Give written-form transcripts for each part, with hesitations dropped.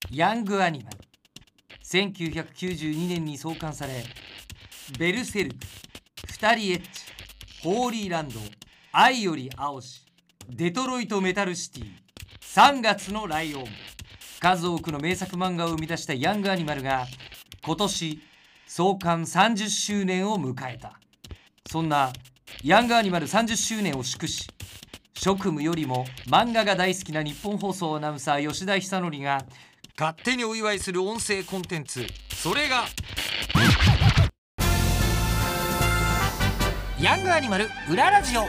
ヤングアニマル。1992年に創刊され、ベルセルク、二人エッチ、ホーリーランド、愛より青し、デトロイトメタルシティ、3月のライオン、数多くの名作漫画を生み出したヤングアニマルが今年創刊30周年を迎えた。そんなヤングアニマル30周年を祝し、職務よりも漫画が大好きな日本放送アナウンサー吉田久典が勝手にお祝いする音声コンテンツ、それがヤングアニマル裏ラジオ。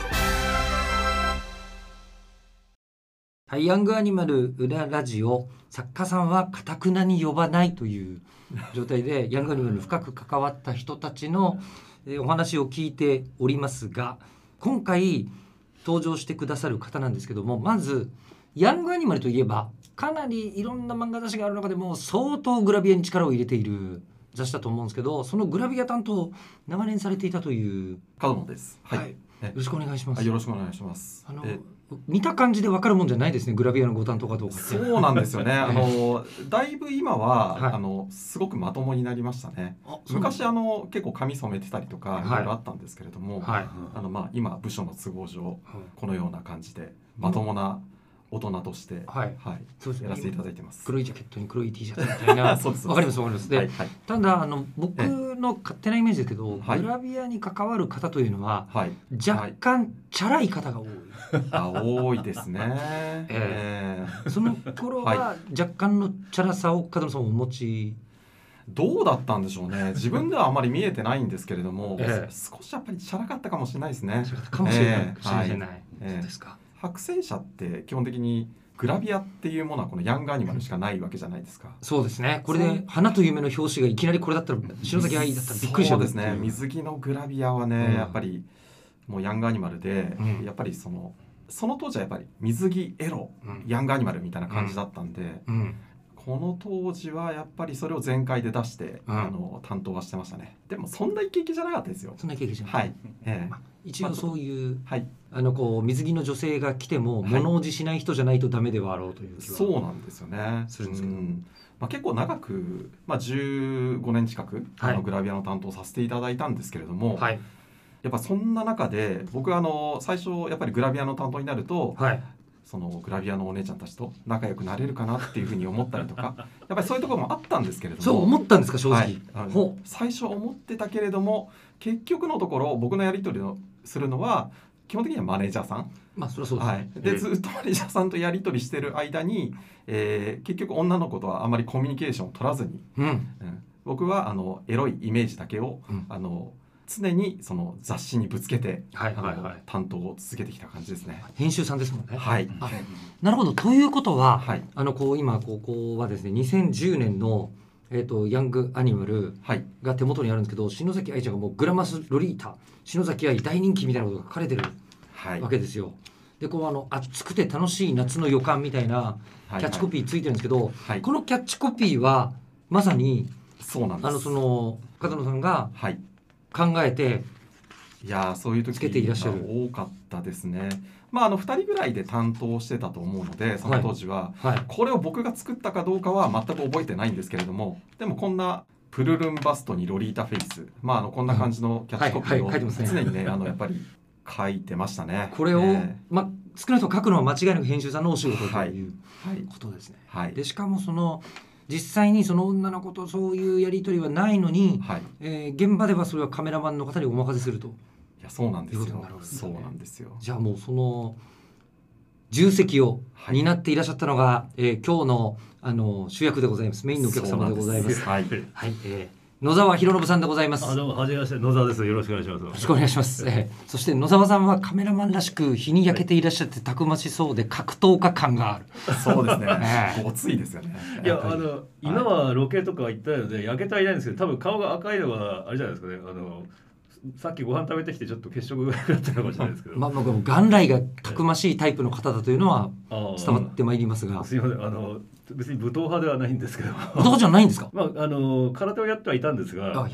はい、ヤングアニマル裏ラジオ、作家さんはかたくなに呼ばないという状態でヤングアニマルに深く関わった人たちのお話を聞いておりますが、今回登場してくださる方なんですけども、まずヤングアニマルといえばかなりいろんな漫画雑誌がある中でも相当グラビアに力を入れている雑誌だと思うんですけど、そのグラビア担当を長年されていたという。 角野です。はい、 よろしくお願いします。 よろしくお願いします。 見た感じで分かるもんじゃないですね、グラビアのご担当かどうかって。 そうなんですよね。だいぶ今は、すごくまともになりましたね。昔結構髪染めてたりとかいろいろあったんですけれども、今部署の都合上、このような感じでまともな大人として、そうですね、やらせていただいてます。 黒いジャケットに黒い T シャツみたいなわかりますわかります。で、ただ僕の勝手なイメージですけど、グラビアに関わる方というのは、若干チャラい方が多い。 多いですね。 その頃は若干のチャラさを角野さんお持ち。 どうだったんでしょうね。自分ではあまり見えてないんですけれども、少しやっぱりチャラかったかもしれないですね。 かもしれないそうですか。 白戦車って基本的にグラビアっていうものはこのヤングアニマルしかないわけじゃないですか。 そうですね。これで花と夢の表紙がいきなりこれだったら、篠崎愛だったらびっくりしちゃう。 そうですね。水着のグラビアはね、やっぱりもうヤングアニマルで、やっぱりその当時はやっぱり水着エロ、ヤングアニマルみたいな感じだったんで、この当時はやっぱりそれを全開で出して、担当はしてましたね。でもそんなイケイケじゃなかったですよ。 そんなイケイケじゃない。一応そういう、こう水着の女性が来ても物おじしない人じゃないとダメではあろうという気は。 そうなんですよね。するんですけど、結構長く、15年近くグラビアの担当させていただいたんですけれども、やっぱそんな中で僕最初やっぱりグラビアの担当になると、そのグラビアのお姉ちゃんたちと仲良くなれるかなっていうふうに思ったりとかやっぱりそういうところもあったんですけれども。 そう思ったんですか、正直。 最初思ってたけれども、結局のところ僕のやり取りをするのは基本的にはマネージャーさん、 それはそうですね。 でずっとマネージャーさんとやり取りしてる間に、結局女の子とはあまりコミュニケーションを取らずに、僕はエロいイメージだけを、常にその雑誌にぶつけて、担当を続けてきた感じですね。 編集さんですもんね。なるほど。ということは、今ここはですね、2010年のヤングアニマルが手元にあるんですけど、篠崎愛ちゃんがもうグラマスロリータ、篠崎愛大人気みたいなことが書かれてるわけですよ。でこう暑くて楽しい夏の予感みたいなキャッチコピーついてるんですけど、このキャッチコピーはまさにそうなんです。 その角野さんが考えて、 そういう時つけていらっしゃる多かったですね。2人ぐらいで担当してたと思うので、その当時は、これを僕が作ったかどうかは全く覚えてないんですけれども、でもこんなプルルンバストにロリータフェイス、こんな感じのキャッチコピーを常にね、やっぱり書いてましたね。 これを、少なくとも書くのは間違いなく編集さんのお仕事ということですね。でしかも実際にその女の子とそういうやり取りはないのに、現場ではそれはカメラマンの方にお任せすると。 そうなんですよ。そうなんですよ。 じゃあもうその重責を担っていらっしゃったのが、今日の主役でございます。メインのお客様でございます。野沢博信さんでございます。 どうもはじめまして、野沢です。よろしくお願いします。 よろしくお願いします。そして野沢さんはカメラマンらしく日に焼けていらっしゃってたくましそうで格闘家感がある。 そうですね。ごついですよね。 いや今はロケとか行ったので焼けてはいないんですけど、多分顔が赤いのはあれじゃないですかね。さっきご飯食べてきてちょっと血色が良かったのかもしれないですけど、 元来がたくましいタイプの方だというのは伝わってまいりますが、 すいません、別に武闘派ではないんですけど。武闘派じゃないんですか？ 空手をやってはいたんですが、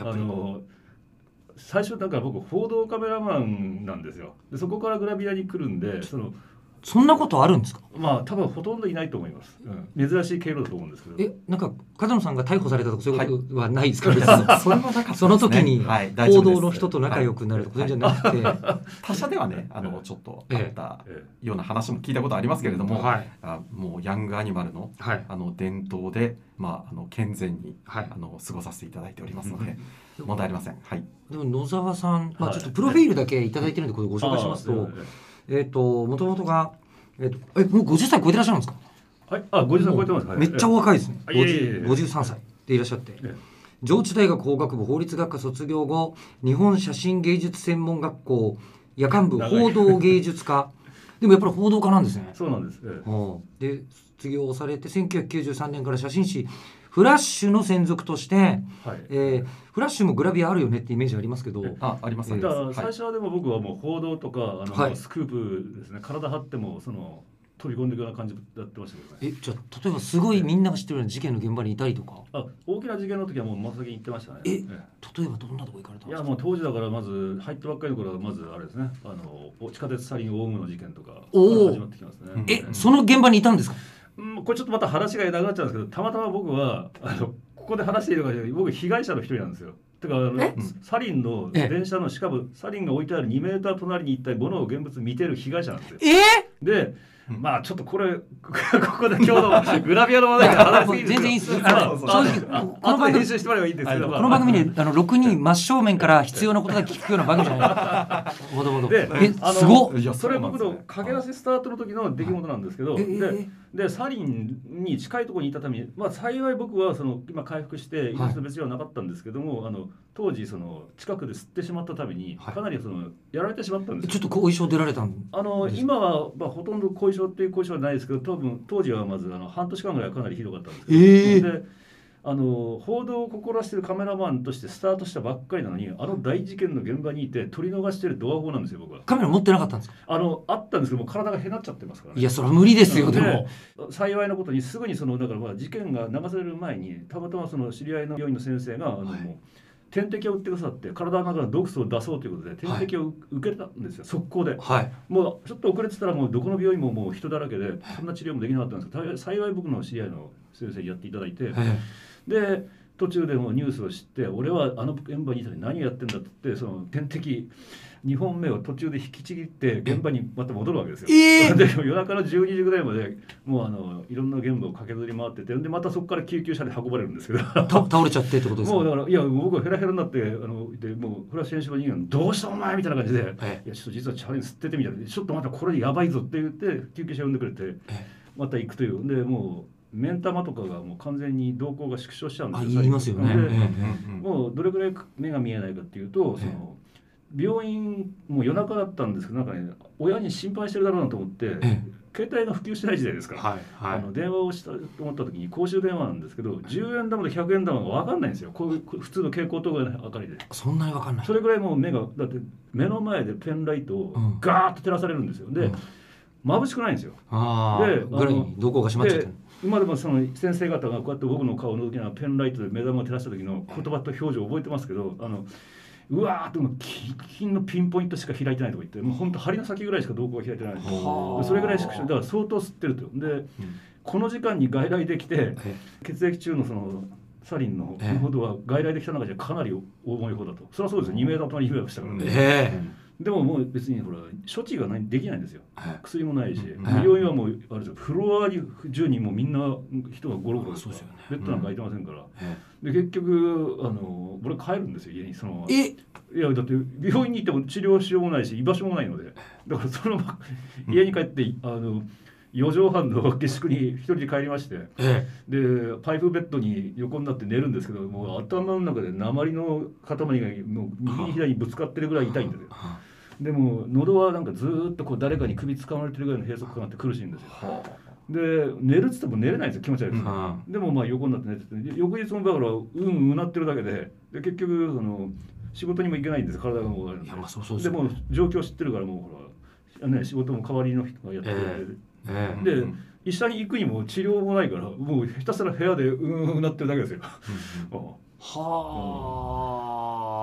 最初だから僕報道カメラマンなんですよ。でそこからグラビアに来るんで、 そんなことあるんですか？ まあ多分ほとんどいないと思います、珍しい経路だと思うんですけど。 なんか風野さんが逮捕されたとかそういうことはないですか？ それはなかったですね。 その時に報道の人と仲良くなるとかそういうんじゃなくて、 他社ではねちょっとあったような話も聞いたことありますけれども、もうヤングアニマルの伝統で健全に過ごさせていただいておりますので問題ありません。 でも野沢さん、ちょっとプロフィールだけいただいてるんでこれご紹介しますと、もともとがもう50歳超えてらっしゃるんですか？ はい、50歳超えてます。 めっちゃお若いですね。53歳でいらっしゃって、上智大学法学部法律学科卒業後、日本写真芸術専門学校夜間部報道芸術科でもやっぱり報道家なんですね。 そうなんです。 で卒業されて1993年から写真誌フラッシュの専属として、フラッシュもグラビアあるよねってイメージありますけど、 あります。 最初はでも僕はもう報道とかスクープですね、体張っても飛び込んでいくような感じでやってましたけどね。 じゃあ例えばすごいみんなが知ってるような事件の現場にいたりとか、 大きな事件の時はもう真っ先に行ってましたね。 例えばどんなとこ行かれたんですか？ いやもう当時だからまず入ったばっかりの頃はまずあれですね、地下鉄サリンオウムの事件とか始まってきますね。 その現場にいたんですか？ これちょっとまた話が長くなっちゃうんですけど、たまたま僕はここで話しているから僕被害者の一人なんですよ。てかサリンの電車のしかもサリンが置いてある2メーター隣に一体物を現物見てる被害者なんですよ。でまあちょっとこれここで今日のグラビアの話題から話しすぎるんですよ。 全然いいですよ。正直この番組編集してもらえばいいんですけど、 この番組ね6人真正面から必要なことが聞くような番組じゃない。もともとすごっ。 それ僕の駆け出しスタートの時の出来事なんですけど、でサリンに近いところにいたために、幸い僕は今回復して命の別状はなかったんですけども、当時近くで吸ってしまったためにかなりやられてしまったんですよ。 ちょっと後遺症出られたん今はほとんど後遺症っていう後遺症はないですけど、当時はまず半年間ぐらいはかなりひどかったんですけど、で報道を志してるカメラマンとしてスタートしたばっかりなのに大事件の現場にいて取り逃してるドア法なんですよ。僕はカメラ持ってなかったんですか？ あったんですけども体がへなっちゃってますからね。 いやそれは無理ですよ。でも幸いなことにすぐにだから事件が流される前にたまたま知り合いの病院の先生がもう点滴を打ってくださって体の中から毒素を出そうということで点滴を受けたんですよ、速攻で。もうちょっと遅れてたらもうどこの病院ももう人だらけでそんな治療もできなかったんですけど、幸い僕の知り合いの先生にやっていただいて、で途中でもニュースを知って俺は現場にいたのに何をやってんだって言って点滴2本目を途中で引きちぎって現場にまた戻るわけですよ。で夜中の12時ぐらいまでもういろんな現場を駆けずり回ってて、でまたそこから救急車で運ばれるんですけど倒れちゃってってことですか？ もうだからいや僕はヘラヘラになってでもうフラッシュ編集部にどうしたお前みたいな感じで、いやちょっと実はチャレンジ吸っててみたいな、ちょっとまたこれやばいぞって言って救急車呼んでくれてまた行くという。でもう目ん玉とかがもう完全に瞳孔が縮小しちゃうんですよ。 言いますよね。 もうどれぐらい目が見えないかっていうと病院もう夜中だったんですけど、なんかね親に心配してるだろうなと思って、携帯が普及してない時代ですから、電話をしたと思った時に公衆電話なんですけど10円玉と100円玉が分かんないんですよ。こういう普通の蛍光灯が明かりでそんなに分かんない。 それぐらいもう目がだって目の前でペンライトをガーッと照らされるんですよ。で眩しくないんですよ。 でぐらいに瞳孔が閉まっちゃってる。 今でも先生方がこうやって僕の顔の大きなペンライトで目玉を照らした時の言葉と表情を覚えてますけど、うわーってキンキンのピンポイントしか開いてないとか言って、もう本当針の先ぐらいしか瞳孔が開いてない。それぐらいしかだから相当吸ってると。で、この時間に外来できて血液中のサリンの濃度は外来できた中じゃかなり重い方だと。それはそうですよ。2メーター隣2メーターしたからね。でももう別にほら処置ができないんですよ。薬もないし、病院はもうあれですよ、フロア中にもうみんな人がゴロゴロ、ベッドなんか空いてませんから。で結局俺帰るんですよ、家にそのまま。いやだって病院に行っても治療しようもないし居場所もないので、だからそのまま家に帰って4畳半の下宿に一人で帰りまして、でパイプベッドに横になって寝るんですけど、もう頭の中で鉛の塊がもう右に左にぶつかってるぐらい痛いんですよ。でも喉はなんかずっとこう誰かに首掴まれてるぐらいの閉塞感があって苦しいんですよ。で寝るっつっても寝れないんですよ、気持ち悪いです。でもまあ横になって寝てて、翌日もだからうなってるだけで、結局仕事にも行けないんです、体がもうあるんで。でも状況知ってるからもうほら、仕事も代わりの人がやってくれて、で医者に行くにも治療もないからもうひたすら部屋でなってるだけですよ。 はあ。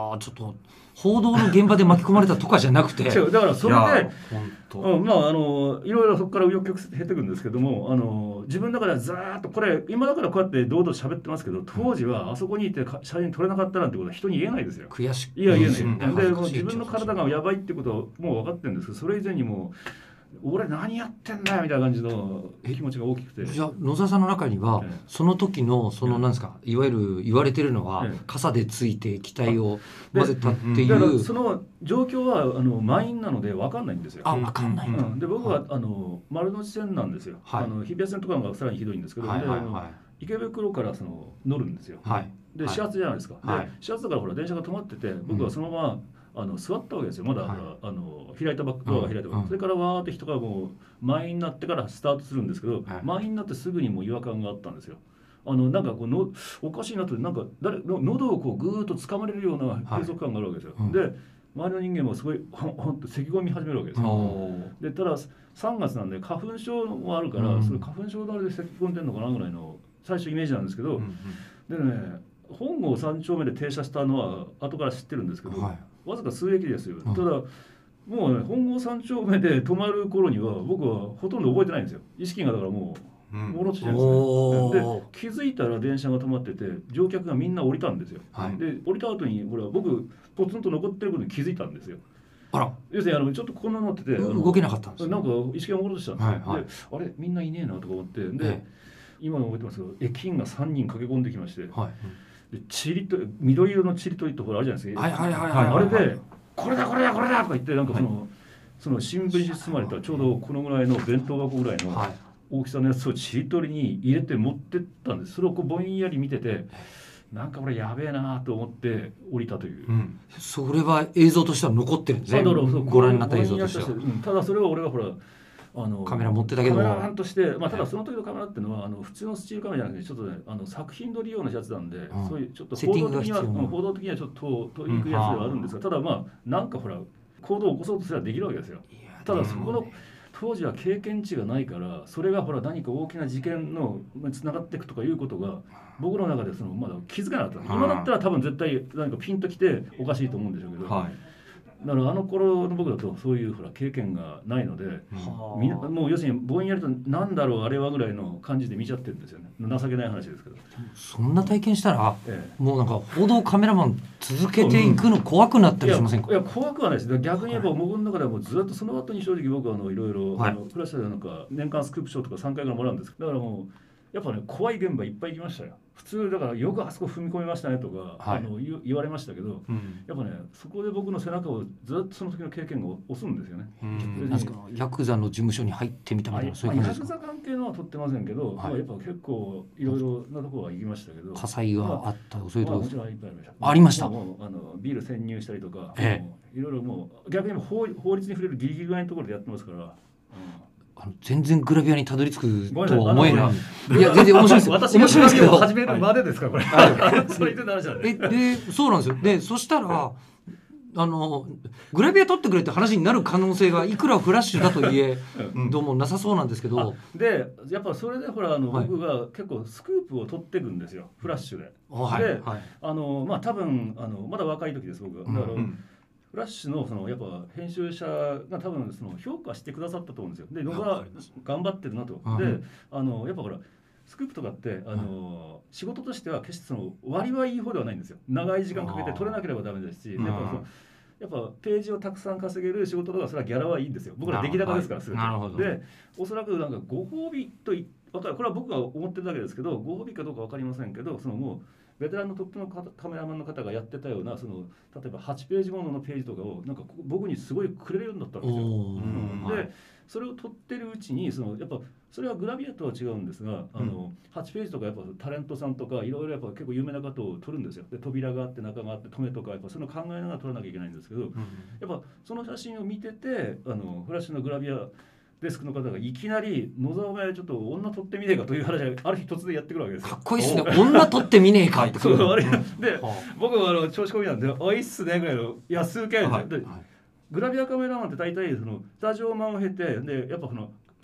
はあちょっと報道の現場で巻き込まれたとかじゃなくて違う、だからそれでまあいろいろそこから紆余曲折経てくるんですけども、自分の中ではずーっとこれ今だからこうやって堂々喋ってますけど、当時はあそこにいて写真撮れなかったなんてことは人に言えないですよ。 悔しい。 いや言えない、でもう自分の体がやばいってことはもう分かってるんですけど、それ以前にも俺何やってんだよみたいな感じの気持ちが大きくて、 じゃあ野沢さんの中には、その時のそのなんですか、いわゆる言われてるのは、傘でついて液体を混ぜたっていう、 だからその状況は満員なので分かんないんですよ。 分かんないんで僕は丸ノ内線なんですよ。日比谷線とかがさらにひどいんですけど、池袋から乗るんですよ。で始発じゃないですか。で始発だからほら電車が止まってて、僕はそのまま座ったわけですよ。まだ開いたドアが開いたばっかり、それからわーって人がもう満員になってからスタートするんですけど、満員になってすぐにもう違和感があったんですよ。なんかこうおかしいなと、なんか喉をこうグーッと掴まれるような閉塞感があるわけですよ。で周りの人間もすごいほんと咳込み始めるわけですよ。でただ3月なんで花粉症もあるから、それ花粉症のあれで咳込んでんのかなぐらいの最初イメージなんですけど、でね本郷3丁目で停車したのは後から知ってるんですけど、わずか数駅ですよ。ただもうね、本郷3丁目で止まる頃には僕はほとんど覚えてないんですよ。意識がだからもうもろっちゃうんですね。で気づいたら電車が止まってて、乗客がみんな降りたんですよ。で降りた後にほら僕ポツンと残ってることに気づいたんですよ。要するにちょっとこんなのってて動けなかったんですよ。 なんか意識が戻ってきたんですよ。であれみんないねえなとか思って、で今覚えてますけど駅員が3人駆け込んできまして、でチリと緑色のチリとりってほらあるじゃないですか。あれでこれだこれだこれだとか言って、なんかその新聞に包まれたちょうどこのぐらいの弁当箱ぐらいの大きさのやつをちりとりに入れて持ってったんです。それをこうぼんやり見てて、なんかこれやべえなと思って降りたという、 それは映像としては残ってるんですね。ご覧になった映像としては。 ただそれは俺がほらカメラ持ってたけどカメラマンとして、ただその時のカメラっていうのは普通のスチールカメラじゃなくてちょっとね作品撮り用のやつなんで、そういうちょっと報道的にはちょっと遠いやつではあるんですが、ただなんかほら行動を起こそうとすればできるわけですよ。ただそこの当時は経験値がないから、それがほら何か大きな事件のつながっていくとかいうことが僕の中でまだ気づかなかった。今だったら多分絶対何かピンときておかしいと思うんでしょうけど、だから頃の僕だとそういうほら経験がないので、もう要するにぼんやりとなんだろうあれはぐらいの感じで見ちゃってるんですよね。情けない話ですけど。 そんな体験したら、もうなんか報道カメラマン続けていくの怖くなったりしませんか？ いや怖くはないです。逆に言えば僕の中ではもうずっとその後に正直僕はいろいろプラスでなんか年間スクープ賞とか3回ぐらいもらうんです。だからもうやっぱね怖い現場いっぱい行きましたよ。普通だからよくあそこ踏み込みましたねとか、言われましたけど、やっぱねそこで僕の背中をずっとその時の経験が押すんですよね。 なんですか、ヤクザの事務所に入ってみたみたいな、そういう感じですか？ ヤクザ関係のは取ってませんけど、やっぱ結構いろいろなところは行きましたけど、 火災があった、そういうところもちろんいっぱいありました。 ビル潜入したりとか、いろいろもう逆に法律に触れるギリギリぐらいのところでやってますから。 全然グラビアにたどり着くとは思えない。 いや全然面白いです。私がグラビアを始めるまでですかこれ。そういう話なんで。 そうなんですよ。でそしたらグラビア撮ってくれって話になる可能性がいくらフラッシュだといえどうもなさそうなんですけど。 でやっぱそれでほら僕が結構スクープを撮ってるんですよ、フラッシュで。で多分まだ若い時です僕は。だからフラッシュのやっぱ編集者が多分評価してくださったと思うんですよ。で野沢頑張ってるなと。でやっぱほらスクープとかって仕事としては決して割はいい方ではないんですよ。長い時間かけて撮れなければダメですし、やっぱページをたくさん稼げる仕事とかそれはギャラはいいんですよ。僕ら出来高ですからすべて。でおそらくなんかご褒美とこれは僕が思ってるだけですけど、ご褒美かどうか分かりませんけど、もうベテランのトップのカメラマンの方がやってたような例えば8ページもののページとかをなんか僕にすごいくれるようになったんですよ。でそれを撮ってるうちにやっぱそれはグラビアとは違うんですが、8ページとかやっぱタレントさんとかいろいろやっぱ結構有名な方を撮るんですよ。で扉があって中があって止めとかやっぱその考えながら撮らなきゃいけないんですけど、やっぱその写真を見ててフラッシュのグラビアデスクの方がいきなり野沢お前ちょっと女撮ってみねえかという話がある日突然やってくるわけですよ。 かっこいいですね。女撮ってみねえかってそうで僕は調子こいなんで「おいっすね」ぐらいの安請け合いですよ。グラビアカメラマンって大体スタジオマンを経てでやっぱ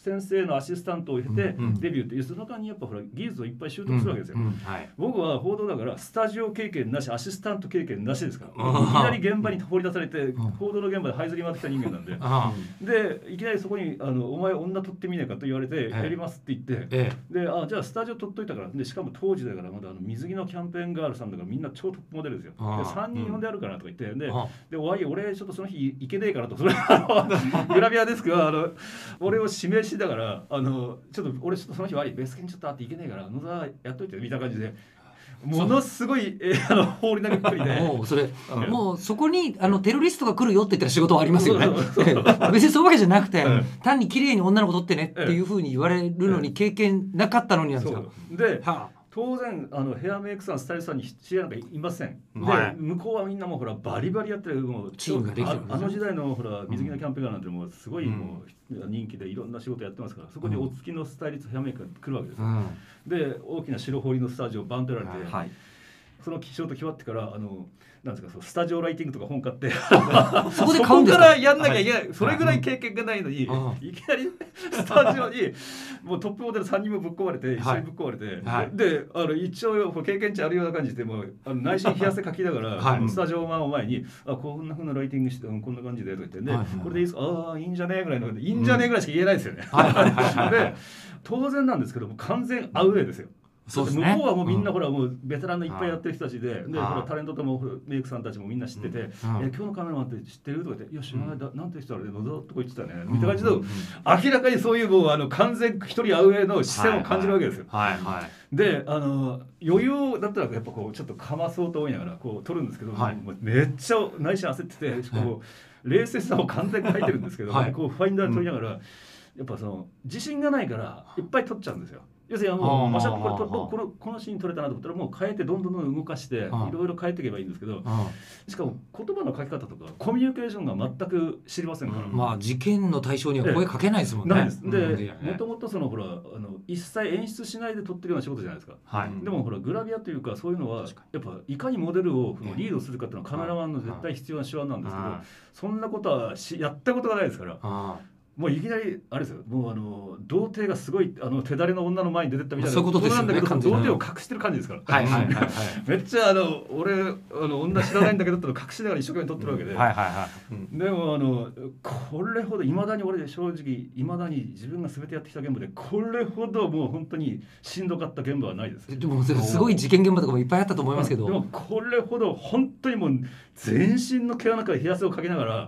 先生のアシスタントを経てデビューっていう、その間にやっぱほら技術をいっぱい習得するわけですよ。僕は報道だからスタジオ経験なしアシスタント経験なしですから、いきなり現場に放り出されて報道の現場で這いずり回ってきた人間なんで、でいきなりそこにお前女取ってみねえかと言われてやりますって言って、でじゃあスタジオ取っといたから、でしかも当時だからまだ水着のキャンペーンガールさんとかみんな超トップモデルですよ。で3人呼んであるからとか言って、で俺ちょっとその日行けねえからと、それグラビアデスクは俺を指名してたから、ちょっと俺ちょっとその日悪い別件ちょっとあって行けねえから野沢やっといてみたいな感じで。ものすごい放り投げっぷりでもうそこにテロリストが来るよって言ったら仕事はありますよね。別にそういうわけじゃなくて、単に綺麗に女の子取ってねっていうふうに言われるのに経験なかったのになんですよ。 で当然ヘアメイクさんスタイリストさんに知り合いなんかいません。で向こうはみんなもうほらバリバリやってる、もうチームができてる。 時代のほら水着のキャンペーンなんてもうすごいもう人気でいろんな仕事やってますから、そこにお付きのスタイリストヘアメイクが来るわけですよ。で大きな白堀のスタジオバンとやられて、その仕事決まってからなんですか、スタジオライティングとか本買ってそこで買うんですか。 そこからやんなきゃいけない、それぐらい経験がないのに、いきなりスタジオにもうトップモデル3人もぶっ込まれて、一緒にぶっ込まれて、で一応経験値あるような感じでもう内心冷や汗かきながらスタジオマンを前にこんな風なライティングしてこんな感じでとか言って、これでいいですか、いいんじゃねえぐらいの、いいんじゃねえぐらいしか言えないですよね。で当然なんですけども完全アウェーですよ。向こうはもうみんなほらもうベテランのいっぱいやってる人たちで、ほらタレントともメイクさんたちもみんな知ってて、今日のカメラマンって知ってるとか言って、いや知らない、なんて人あれ野沢とか言ってたねみたいな感じで、明らかにそういうもう完全一人アウェーの視線を感じるわけですよ。で余裕だったらやっぱこうちょっとかまそうと思いながらこう撮るんですけど、めっちゃ内心焦ってて、こう冷静さを完全に書いてるんですけど、こうファインダーで撮りながら、やっぱその自信がないからいっぱい撮っちゃうんですよ。要するにこのシーン撮れたなと思ったらもう変えてどんどん動かしていろいろ変えていけばいいんですけど、しかも言葉の書き方とかコミュニケーションが全く知りませんから、 事件の対象には声かけないですもんね。 ないです。でもともとそのほら一切演出しないで撮ってるような仕事じゃないですか。でもほらグラビアというかそういうのはやっぱいかにモデルをリードするかっていうのはカメラマンの絶対必要な手腕なんですけど、そんなことはやったことがないですから。もういきなりあれですよ、もう童貞がすごい手だれの女の前に出てったみたいなことなんだけど、 童貞を隠してる感じですから。めっちゃ俺女知らないんだけどっての隠しながら一生懸命撮ってるわけで、でもこれほどいまだに俺正直いまだに自分が全てやってきた現場でこれほどもう本当にしんどかった現場はないです。 でもすごい事件現場とかもいっぱいあったと思いますけど、 でもこれほど本当にもう全身の毛の中で冷や汗をかけながら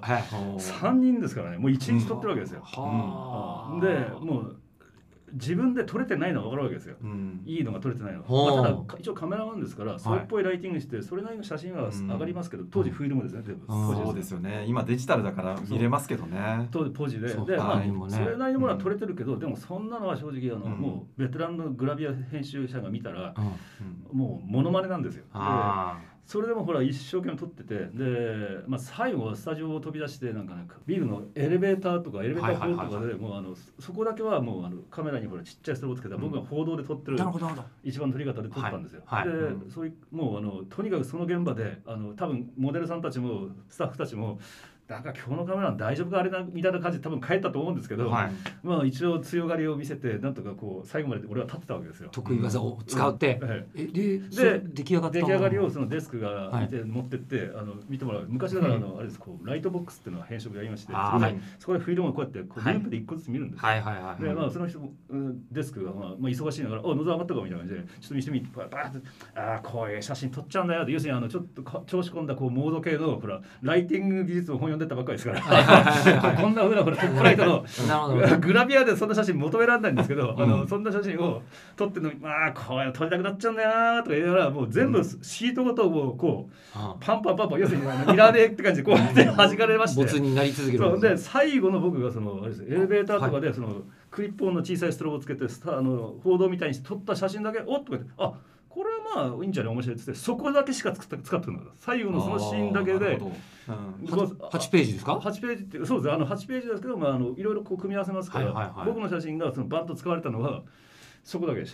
3人ですからね、もう1日撮ってるわけですよ。でもう自分で撮れてないのは分かるわけですよ、いいのが撮れてないのは。ただ一応カメラマンですからそれっぽいライティングしてそれなりの写真は上がりますけど、当時フィルムですね、全部そうですよね。今デジタルだから見れますけどね。 当時ポジでそれなりのものは撮れてるけど、でもそんなのは正直もうベテランのグラビア編集者が見たらもうモノマネなんですよ。それでもほら一生懸命撮ってて、で、最後はスタジオを飛び出してなんかビルのエレベーターとかエレベーターホールとかでもうそこだけはもうカメラにほらちっちゃいストロボつけた僕が報道で撮ってる一番撮り方で撮ったんですよ。でそういうもうとにかくその現場で多分モデルさんたちもスタッフたちもだから今日のカメラ大丈夫かあれなみたいな感じで多分帰ったと思うんですけど、一応強がりを見せてなんとかこう最後まで俺は立ってたわけですよ。 得意技を使って、で出来上がりをそのデスクが見て持ってって見てもらう。昔だからあれです、こうライトボックスっていうのは編集部やりまして、そこでフィルムをこうやってループで1個ずつ見るんですよ。でその人デスクが忙しいながら「野沢上がったか」みたいな感じで「ちょっと見せてみて」バーッとこういう写真撮っちゃうんだよって、要するにちょっと調子込んだこうモード系のほらライティング技術を本読んでたばっかりですからこんなふうなトップライトのグラビアでそんな写真求められないんですけど、そんな写真を撮ってるのにこういうの撮りたくなっちゃうんだよなとか言いながらもう全部シートごとをこうパンパン要するにいらねえって感じでこうやって弾かれまして、 没になり続ける。 で最後の僕があれですエレベーターとかでクリップオンの小さいストロボをつけて報道みたいに撮った写真だけおっとか言ってこれはまあいいんじゃない面白いっつってそこだけしか使ってるの。最後のそのシーンだけで 8ページですか ？8ページってそうです。8ページですけどいろいろこう組み合わせますから、僕の写真がバンと使われたのはそこだけでした。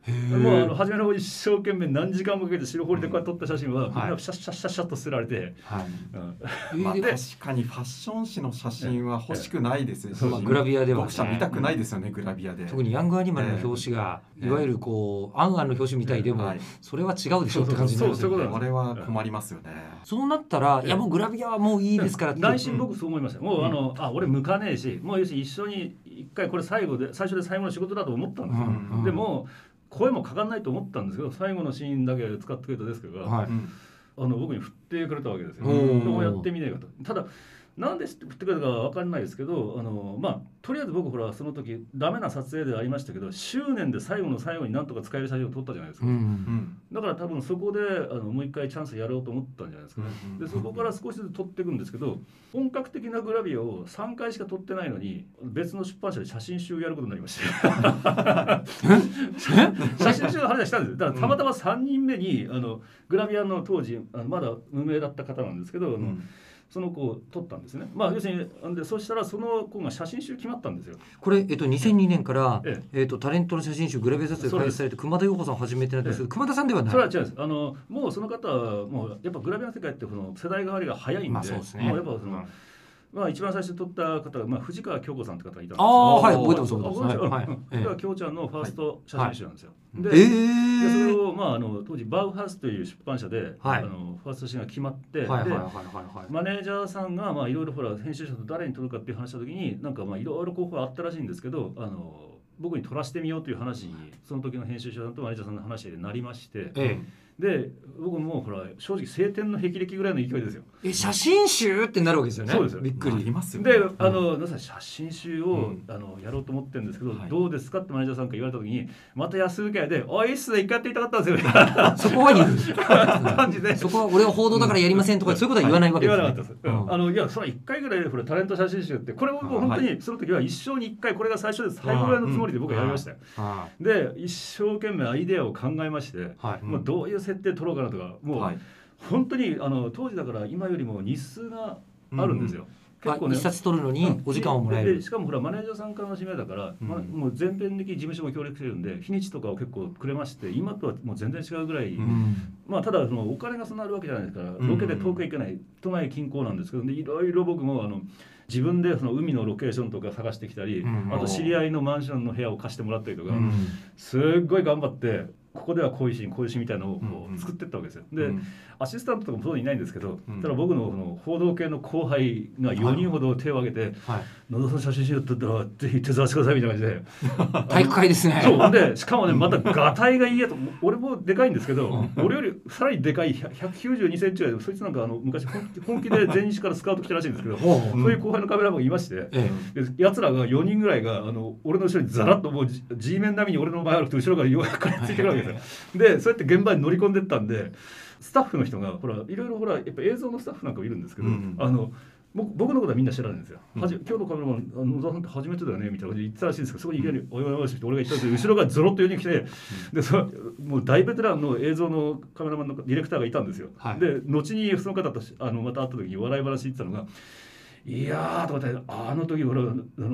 もう初めの一生懸命何時間もかけて白ホリでこうやって撮った写真は、みんなシャッシャッシャッシャッと捨てられて、 まあ確かにファッション誌の写真は欲しくないですし、 グラビアでは読者見たくないですよね、グラビアで。 特にヤングアニマルの表紙がいわゆるこうアンアンの表紙みたいでもそれは違うでしょって感じになるんですよね。 これは困りますよね。 そうなったらいやもうグラビアはもういいですからって。 内心僕そう思いました。もう俺向かねえし、もう要するに一緒に一回これ最初で最後の仕事だと思ったんですよ。でも声もかかんないと思ったんですけど、最後のシーンだけ使ってくれたデスクが、僕に振ってくれたわけですよ。でもやってみねえかと。ただなんで振ってくれたかは分かんないですけど、とりあえず僕ほらその時ダメな撮影ではありましたけど、執念で最後の最後になんとか使える写真を撮ったじゃないですか。だから多分そこでもう一回チャンスやろうと思ったんじゃないですかね。でそこから少しずつ撮っていくんですけど、本格的なグラビアを3回しか撮ってないのに別の出版社で写真集をやることになりました写真集の話はしたんです。だからたまたま3人目にグラビアの当時まだ無名だった方なんですけど、その子を撮ったんですね。要するにそしたらその子が写真集決まったんですよ。 これ、2002年から、タレントの写真集グラビア撮影開始されて熊田曜子さんを初めてなんですけど、熊田さんではない。それは違うんです。もうその方はもうやっぱグラビアの世界ってこの世代代わりが早いんで、 そうですね。 もうやっぱその一番最初に撮った方が、藤川京子さんって方がいたんですよ。 はい、覚えてます。 藤川京ちゃんのファースト写真集なんですよ。でそれを当時バウハウスという出版社で、ファースト写真が決まって、でマネージャーさんがいろいろほら編集者と誰に撮るかっていう話した時になんかいろいろ候補あったらしいんですけど、僕に撮らせてみようという話にその時の編集者さんとマネージャーさんの話でなりまして。で僕もほら正直青天の霹靂ぐらいの勢いですよ。 写真集ってなるわけですよね。 そうですよ。 びっくり。 で写真集をやろうと思ってるんですけど、どうですかってマネージャーさんから言われた時にまた安請け合いで「おいっすね一回やってみたかったんですよ」 そこは言う感じで、そこは俺は報道だからやりませんとかそういうことは言わないわけですね。 言わなかったです。いやそれ1回ぐらいタレント写真集ってこれももう本当にその時は一生に1回これが最初で最後ぐらいのつもりで僕はやりましたよ。で一生懸命アイデアを考えまして、もうどういう設定撮ろうかなとかもう本当に当時だから今よりも日数があるんですよ。 結構ね、一冊取るのにお時間をもらえる。 しかもほらマネージャーさんからの指名だから、もう全編的事務所も協力してるんで日にちとかを結構くれまして、今とはもう全然違うぐらい、ただお金がそんなあるわけじゃないですから、ロケで遠く行けない都内近郊なんですけど、いろいろ僕も自分でその海のロケーションとか探してきたり、あと知り合いのマンションの部屋を貸してもらったりとか、すっごい頑張って。ここではこういうシーンこういうシーンみたいなのをこう作っていったわけですよ。で、アシスタントとかもそういないんですけど、ただ僕の報道系の後輩が4人ほど手を挙げて「野田さん写真集やったらぜひ手伝わせてください」みたいな感じで体育会ですね。 そうでしかもねまたガタイがいいやと、俺もでかいんですけど俺よりさらにでかい192センチぐらいで、そいつなんか昔本気で全日からスカウト来たらしいんですけどそういう後輩のカメラマンがいまして、でやつらが4人ぐらいが俺の後ろにザラッともう G メン並みに俺の前を歩くと後ろからようやくからついてくるわけですよ。でそうやって現場に乗り込んでったんで、スタッフの人がほらいろいろほらやっぱ映像のスタッフなんかもいるんですけど、僕のことはみんな知らないんですよ。今日のカメラマン野田さんって初めてだよねみたいな感じで言ってたらしいんですけど、そこにいきなり「およよよ」って俺が言ったんで後ろがゾロッと4人来て、でもう大ベテランの映像のカメラマンのディレクターがいたんですよ。で後にその方とまた会った時に笑い話言ってたのが「いやー」とかってあの時俺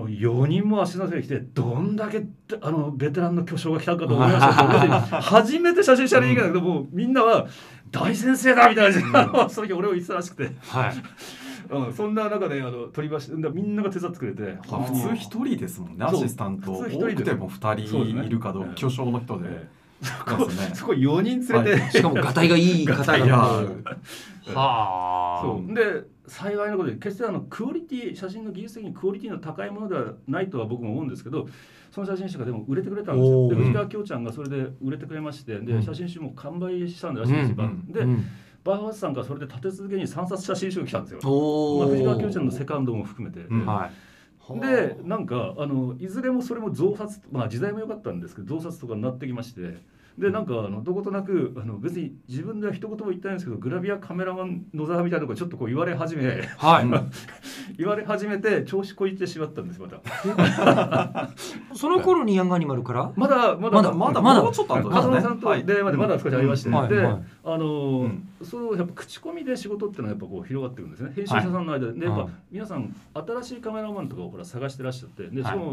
4人も足のせいに来てどんだけベテランの巨匠が来たかと思いました初めて写真しゃべりに行けたけど、もうみんなは大先生だみたいなその時俺を言ってたらしくて、そんな中で撮りました。みんなが手伝ってくれて、 普通一人ですもんね、アシスタント。多くても2人いるかどうか、巨匠の人で。 そこ4人連れて、 しかもガタイがいい方がそうで幸いなことで決してクオリティ写真の技術的にクオリティの高いものではないとは僕も思うんですけど、その写真集がでも売れてくれたんですよ。で藤川京ちゃんがそれで売れてくれまして、で写真集も完売したんらしいんですよ。でバーハウスさんがそれで立て続けに3冊写真集が来たんですよ。藤川京ちゃんのセカンドも含めて。でなんかいずれもそれも増刷、時代も良かったんですけど増刷とかになってきまして、でなんかどことなく別に自分では一言も言ってないんですけど、グラビアカメラマン野沢みたいなのがちょっとこう言われ始め、言われ始めて調子こいてしまったんですまた。 その頃にヤングアニマルからまだもうちょっと後風間さんと電話でまだ少しありまして、でそうやっぱ口コミで仕事っていうのはやっぱこう広がってるんですね、編集者さんの間で。やっぱ皆さん新しいカメラマンとかをほら探してらっしゃって、でしかも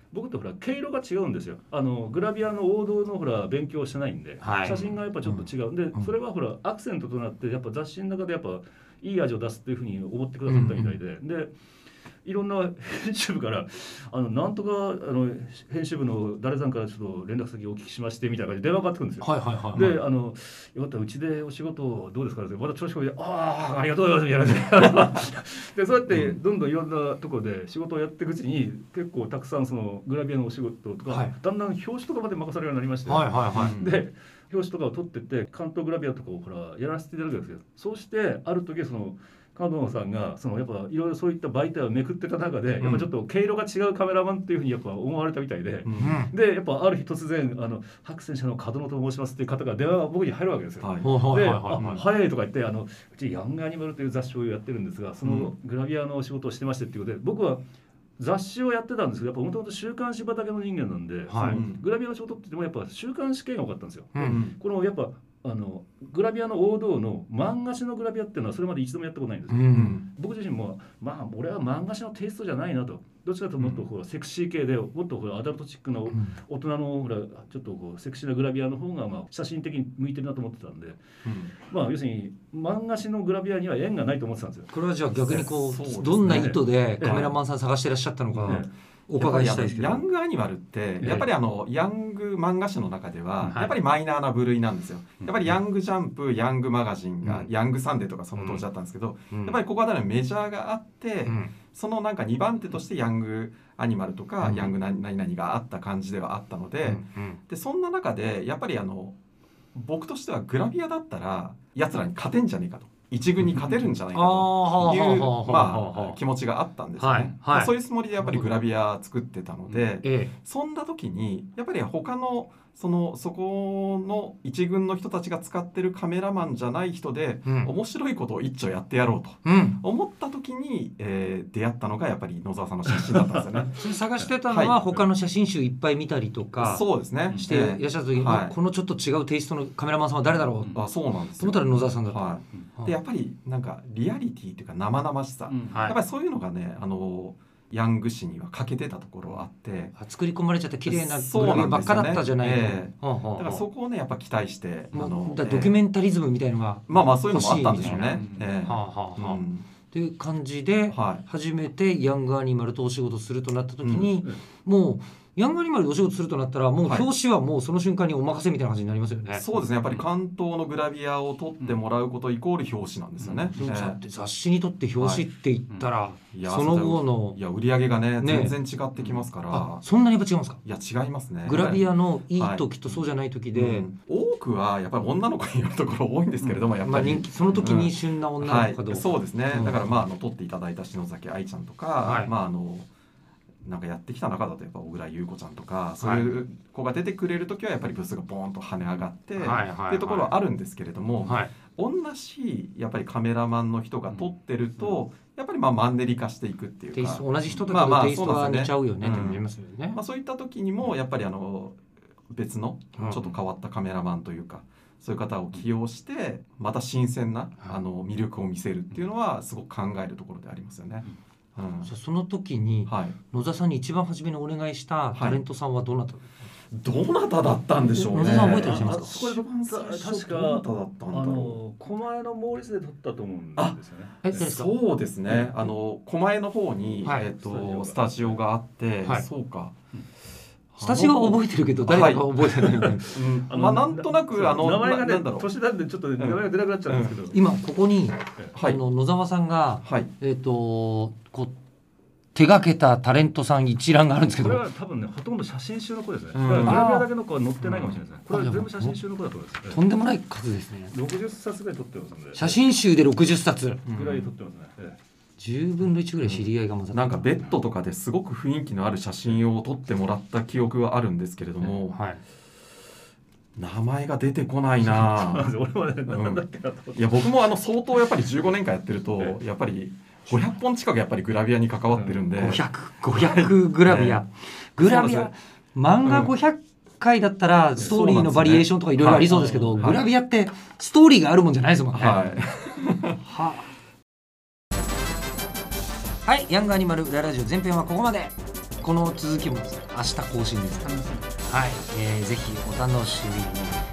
僕とほら毛色が違うんですよ。グラビアの王道のほら勉強してないんで、写真がやっぱちょっと違うんで、それはほらアクセントとなってやっぱ雑誌の中でやっぱいい味を出すっていうふうに思ってくださったみたいで、でいろんな編集部からなんとか編集部の誰さんからちょっと連絡先お聞きしましてみたいな感じで電話かかってくるんですよ。でよかったらうちでお仕事どうですかってまた調子こいでありがとうございますみたいなでそうやってどんどんいろんなところで仕事をやっていくうちに結構たくさんそのグラビアのお仕事とか、だんだん表紙とかまで任されるようになりまして、で表紙とかを取ってって関東グラビアとかをほらやらせていただくんですけど、そうしてある時その角野さんがやっぱいろいろそういった媒体をめくってた中で、やっぱちょっと毛色が違うカメラマンっていうふうにやっぱ思われたみたいで、でやっぱある日突然白戦車の角野と申しますっていう方が電話が僕に入るわけですよ。で早いとか言ってうちヤングアニマルという雑誌をやってるんですが、そのグラビアのお仕事をしてましてっていうことで、僕は雑誌をやってたんですけど、やっぱもともと週刊誌畑の人間なんで、グラビアの仕事って言ってもやっぱ週刊誌系が多かったんですよ。このやっぱグラビアの王道の漫画誌のグラビアっていうのはそれまで一度もやったことないんですよ。僕自身も俺は漫画誌のテイストじゃないなと、どっちかというともっとほらセクシー系でもっとほらアダルトチックな大人のほらちょっとこうセクシーなグラビアの方が写真的に向いてるなと思ってたんで、要するに漫画誌のグラビアには縁がないと思ってたんですよ。 これはじゃあ逆にこうどんな意図でカメラマンさん探してらっしゃったのかお伺いしたいですけど、 ヤングアニマルってやっぱりヤング漫画誌の中ではやっぱりマイナーな部類なんですよ。やっぱりヤングジャンプ、ヤングマガジンがヤングサンデーとかその当時だったんですけど、やっぱりここはメジャーがあって、そのなんか2番手としてヤングアニマルとかヤング何々があった感じではあったので、でそんな中でやっぱり僕としてはグラビアだったらやつらに勝てんじゃねえかと、一軍に勝てるんじゃないかという気持ちがあったんですよね。そういうつもりでやっぱりグラビア作ってたので、そんな時にやっぱり他のそこの一軍の人たちが使ってるカメラマンじゃない人で、面白いことを一丁やってやろうと思った時に、出会ったのがやっぱり野沢さんの写真だったんですよね。 それ探してたのは他の写真集いっぱい見たりとか、 そうですね、 していらっしゃった時に、このちょっと違うテイストのカメラマンさんは誰だろう、 そうなんですと思ったら野沢さんだった。 でやっぱりなんかリアリティというか生々しさ、やっぱりそういうのがねヤング誌には欠けてたところはあって、 作り込まれちゃった綺麗なグラビアばっかだったじゃないの、だからそこをねやっぱ期待してドキュメンタリズムみたいのがそういうのもあったんでしょうね。 という感じで初めてヤングアニマルとお仕事するとなった時に、もうヤングアニマルでお仕事するとなったらもう表紙はもうその瞬間にお任せみたいな感じになりますよね。 そうですね、やっぱり関東のグラビアを撮ってもらうことイコール表紙なんですよね。 雑誌にとって表紙って言ったら、その後の売り上げがね全然違ってきますから。 そんなにやっぱ違うんですか？ いや違いますね。 グラビアのいい時とそうじゃない時で、 多くはやっぱり女の子によるところ多いんですけれども、やっぱりその時に旬な女の子かどうか、 そうですね。だから撮っていただいた篠崎愛ちゃんとか、なんかやってきた中だとやっぱ小倉優子ちゃんとかそういう子が出てくれる時はやっぱりブスがボーンと跳ね上がってっていうところはあるんですけれども、同じやっぱりカメラマンの人が撮ってるとやっぱりマンネリ化していくっていうか、 同じ人だけどテイストは似ちゃうよねって思いますよね。 そういった時にもやっぱり別のちょっと変わったカメラマンというかそういう方を起用してまた新鮮な魅力を見せるっていうのはすごく考えるところでありますよね。 その時に野沢さんに一番初めにお願いしたタレントさんはどなただったんでしょうね。 野沢さん覚えてらっしゃいますか？ 確か狛江のモーリスで撮ったと思うんですよね。 そうですね。狛江の方にスタジオがあって、そうか。 スタジオは覚えてるけど誰か覚えてない。 なんとなく名前がね年なんでちょっと名前が出なくなっちゃうんですけど、 今ここに野沢さんがこう手掛けたタレントさん一覧があるんですけど、 これは多分ねほとんど写真集の子ですね。グラビアだけの子は載ってないかもしれないですね。これは全部写真集の子だと思います。 とんでもない数ですね。 60冊ぐらい撮ってますんで。 写真集で60冊ぐらい撮ってますね。 10分の1ぐらい知り合いが混ざって、 なんかベッドとかですごく雰囲気のある写真を撮ってもらった記憶はあるんですけれども、名前が出てこないな。 俺はねなんだっけなと思って。 いや僕も相当やっぱり15年間やってるとやっぱり500本近くやっぱりグラビアに関わってるんで、 500グラビア、漫画500回だったらストーリーのバリエーションとかいろいろありそうですけど、グラビアってストーリーがあるもんじゃないですもんね。はい、ヤングアニマル裏ラジオ前編はここまで。 この続きも明日更新ですから、はい、ぜひお楽しみに。